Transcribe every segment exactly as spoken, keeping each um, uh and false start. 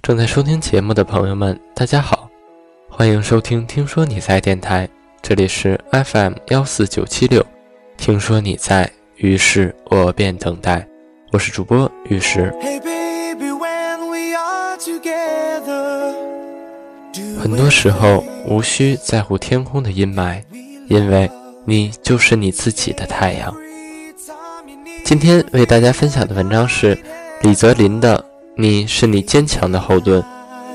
正在收听节目的朋友们，大家好，欢迎收听听说你在电台，这里是 F M 一四九七六，听说你在，于是我便等待，我是主播玉石。很多时候无需在乎天空的阴霾，因为你就是你自己的太阳。今天为大家分享的文章是李泽林的你是你坚强的后盾。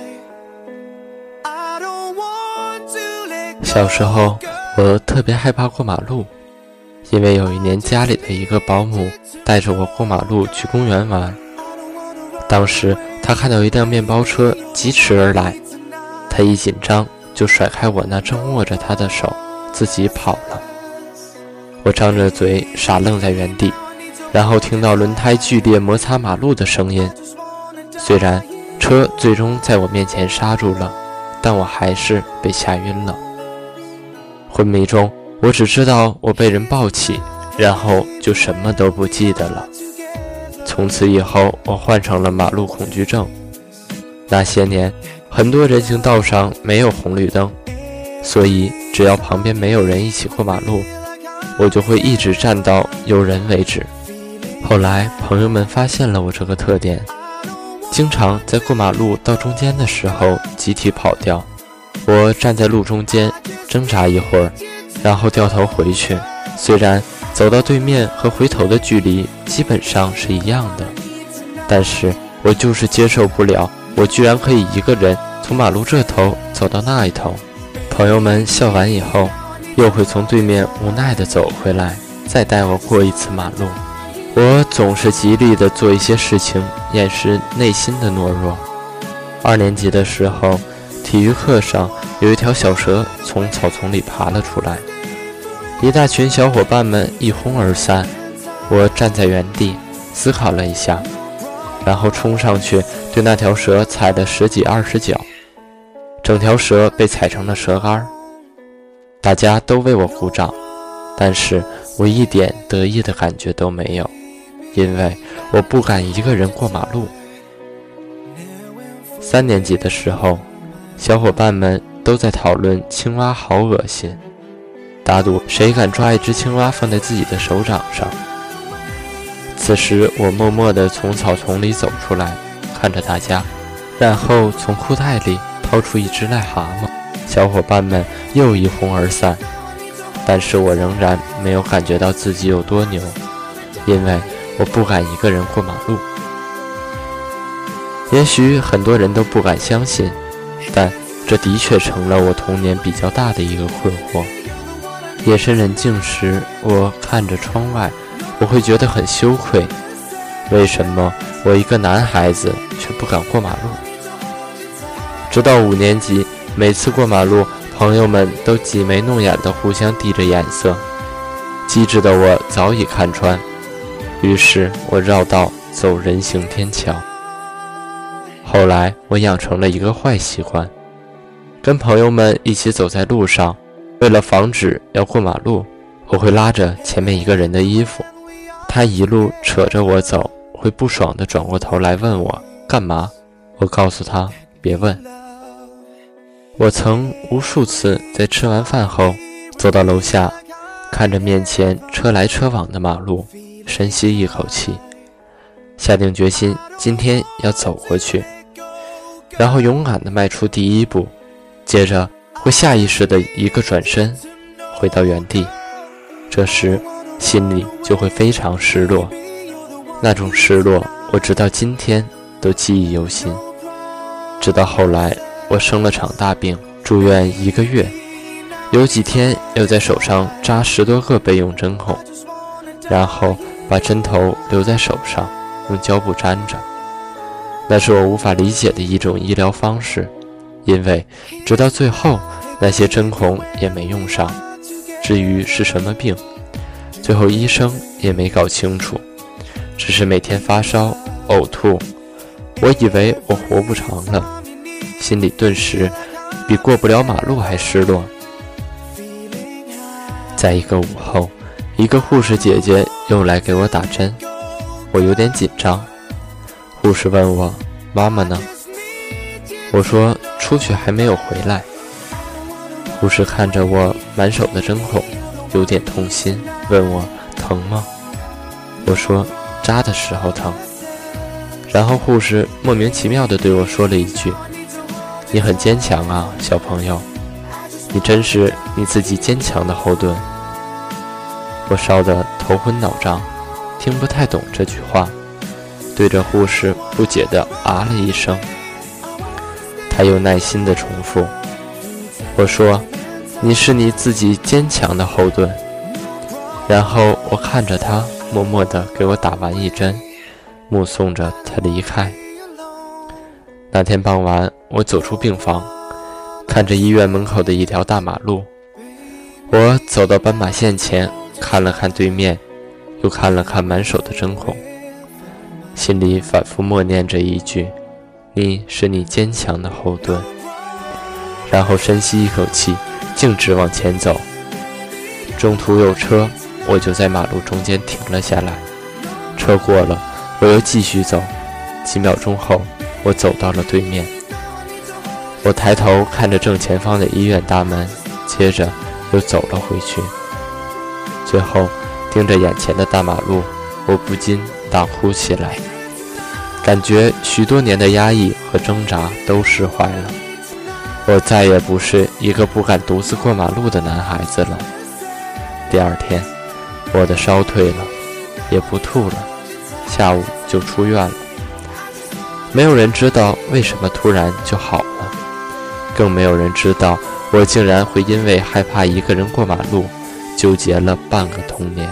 小时候我特别害怕过马路，因为有一年家里的一个保姆带着我过马路去公园玩，当时他看到一辆面包车疾驰而来，他一紧张就甩开我那正握着他的手，自己跑了。我张着嘴傻愣在原地，然后听到轮胎剧烈摩擦马路的声音。虽然车最终在我面前刹住了，但我还是被吓晕了。昏迷中，我只知道我被人抱起，然后就什么都不记得了。从此以后，我患上了马路恐惧症。那些年，很多人行道上没有红绿灯，所以只要旁边没有人一起过马路，我就会一直站到有人为止。后来朋友们发现了我这个特点，经常在过马路到中间的时候集体跑掉。我站在路中间挣扎一会儿，然后掉头回去，虽然走到对面和回头的距离基本上是一样的，但是我就是接受不了我居然可以一个人从马路这头走到那一头。朋友们笑完以后，又会从对面无奈地走回来，再带我过一次马路。我总是极力地做一些事情，掩饰内心的懦弱。二年级的时候，体育课上有一条小蛇从草丛里爬了出来，一大群小伙伴们一哄而散。我站在原地思考了一下，然后冲上去对那条蛇踩了十几二十脚，整条蛇被踩成了蛇干。大家都为我鼓掌，但是我一点得意的感觉都没有，因为我不敢一个人过马路。三年级的时候，小伙伴们都在讨论青蛙好恶心，打赌谁敢抓一只青蛙放在自己的手掌上。此时我默默地从草丛里走出来，看着大家，然后从裤袋里掏出一只癞蛤蟆，小伙伴们又一哄而散。但是我仍然没有感觉到自己有多牛，因为我不敢一个人过马路。也许很多人都不敢相信，但这的确成了我童年比较大的一个困惑。夜深人静时，我看着窗外，我会觉得很羞愧，为什么我一个男孩子却不敢过马路？直到五年级，每次过马路，朋友们都挤眉弄眼地互相递着眼色，机智的我早已看穿，于是我绕道走人行天桥。后来我养成了一个坏习惯，跟朋友们一起走在路上，为了防止要过马路，我会拉着前面一个人的衣服，他一路扯着我走，会不爽地转过头来问我干嘛，我告诉他别问。我曾无数次在吃完饭后走到楼下，看着面前车来车往的马路，深吸一口气，下定决心今天要走过去，然后勇敢地迈出第一步，接着会下意识的一个转身回到原地。这时心里就会非常失落，那种失落我直到今天都记忆犹新。直到后来我生了场大病，住院一个月，有几天又在手上扎十多个备用针孔，然后把针头留在手上，用胶布粘着。那是我无法理解的一种医疗方式，因为直到最后那些针孔也没用上。至于是什么病，最后医生也没搞清楚，只是每天发烧呕吐。我以为我活不长了，心里顿时比过不了马路还失落。在一个午后，一个护士姐姐又来给我打针，我有点紧张。护士问我妈妈呢， 我说出去还没有回来。护士看着我满手的针孔，有点痛心，问我疼吗？我说扎的时候疼。然后护士莫名其妙地对我说了一句：你很坚强啊，小朋友，你真是你自己坚强的后盾。我烧得头昏脑胀，听不太懂这句话，对着护士不解地啊了一声。他又耐心地重复。我说你是你自己坚强的后盾。然后我看着他默默地给我打完一针，目送着他离开。那天傍晚，我走出病房，看着医院门口的一条大马路。我走到斑马线前，看了看对面，又看了看满手的针孔，心里反复默念着一句：你是你坚强的后盾。然后深吸一口气，径直往前走。中途有车，我就在马路中间停了下来。车过了，我又继续走。几秒钟后，我走到了对面。我抬头看着正前方的医院大门，接着又走了回去。最后盯着眼前的大马路，我不禁大哭起来，感觉许多年的压抑和挣扎都释怀了。我再也不是一个不敢独自过马路的男孩子了。第二天，我的烧退了，也不吐了，下午就出院了。没有人知道为什么突然就好了，更没有人知道我竟然会因为害怕一个人过马路，纠结了半个童年。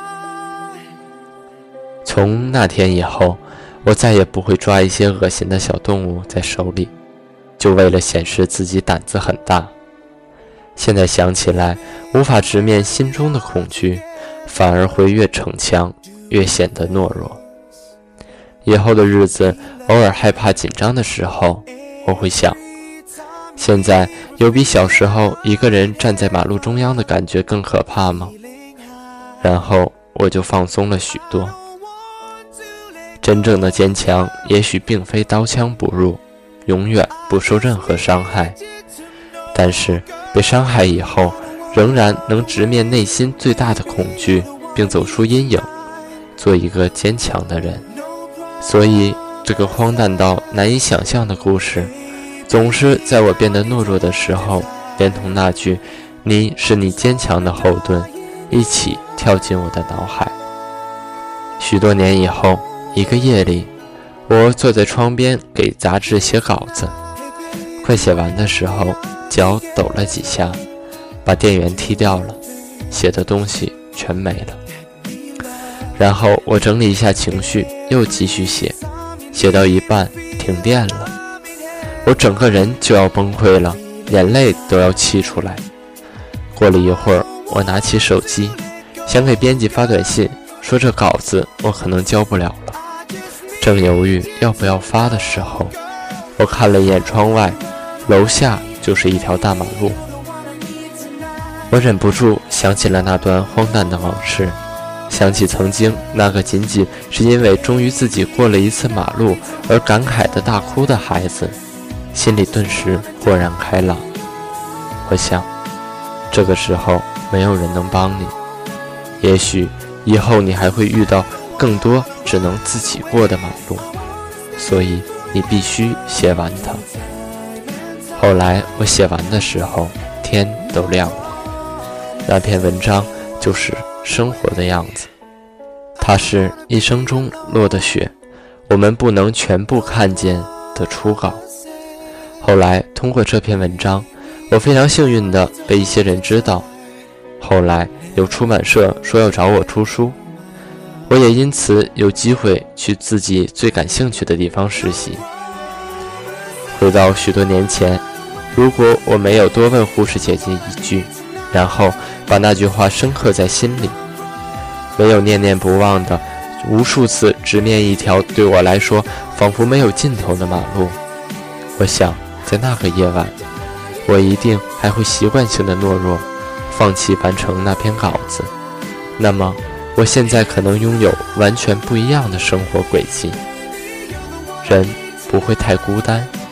从那天以后，我再也不会抓一些恶心的小动物在手里，就为了显示自己胆子很大。现在想起来，无法直面心中的恐惧，反而会越逞强，越显得懦弱。以后的日子，偶尔害怕紧张的时候，我会想，现在有比小时候一个人站在马路中央的感觉更可怕吗？然后我就放松了许多。真正的坚强，也许并非刀枪不入，永远不受任何伤害，但是被伤害以后，仍然能直面内心最大的恐惧，并走出阴影，做一个坚强的人。所以这个荒诞到难以想象的故事，总是在我变得懦弱的时候，连同那句你是你坚强的后盾一起跳进我的脑海。许多年以后，一个夜里，我坐在窗边给杂志写稿子，快写完的时候，脚抖了几下，把电源踢掉了，写的东西全没了。然后我整理一下情绪，又继续写，写到一半停电了，我整个人就要崩溃了，眼泪都要气出来。过了一会儿，我拿起手机，想给编辑发短信，说这稿子我可能交不了了。正犹豫要不要发的时候，我看了一眼窗外，楼下就是一条大马路。我忍不住想起了那段荒诞的往事，想起曾经那个仅仅是因为终于自己过了一次马路而感慨的大哭的孩子，心里顿时豁然开朗。我想，这个时候没有人能帮你，也许以后你还会遇到更多只能自己过的马路，所以你必须写完它。后来我写完的时候，天都亮了。那篇文章就是生活的样子，它是一生中落的雪，我们不能全部看见的初稿。后来通过这篇文章，我非常幸运地被一些人知道，后来有出版社说要找我出书，我也因此有机会去自己最感兴趣的地方实习。回到许多年前，如果我没有多问护士姐姐一句，然后把那句话深刻在心里，没有念念不忘的无数次直面一条对我来说仿佛没有尽头的马路，我想在那个夜晚，我一定还会习惯性的懦弱，放弃完成那篇稿子。那么我现在可能拥有完全不一样的生活轨迹。人不会太孤单，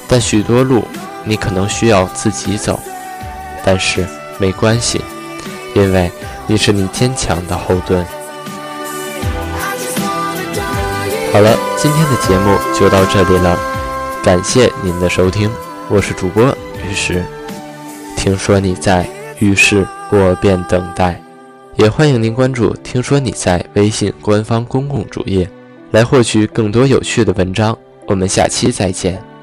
但许多路你可能需要自己走，但是没关系，因为你是你坚强的后盾。好了，今天的节目就到这里了，感谢您的收听，我是主播于是。听说你在，于是我便等待。也欢迎您关注听说你在微信官方公共主页，来获取更多有趣的文章。我们下期再见。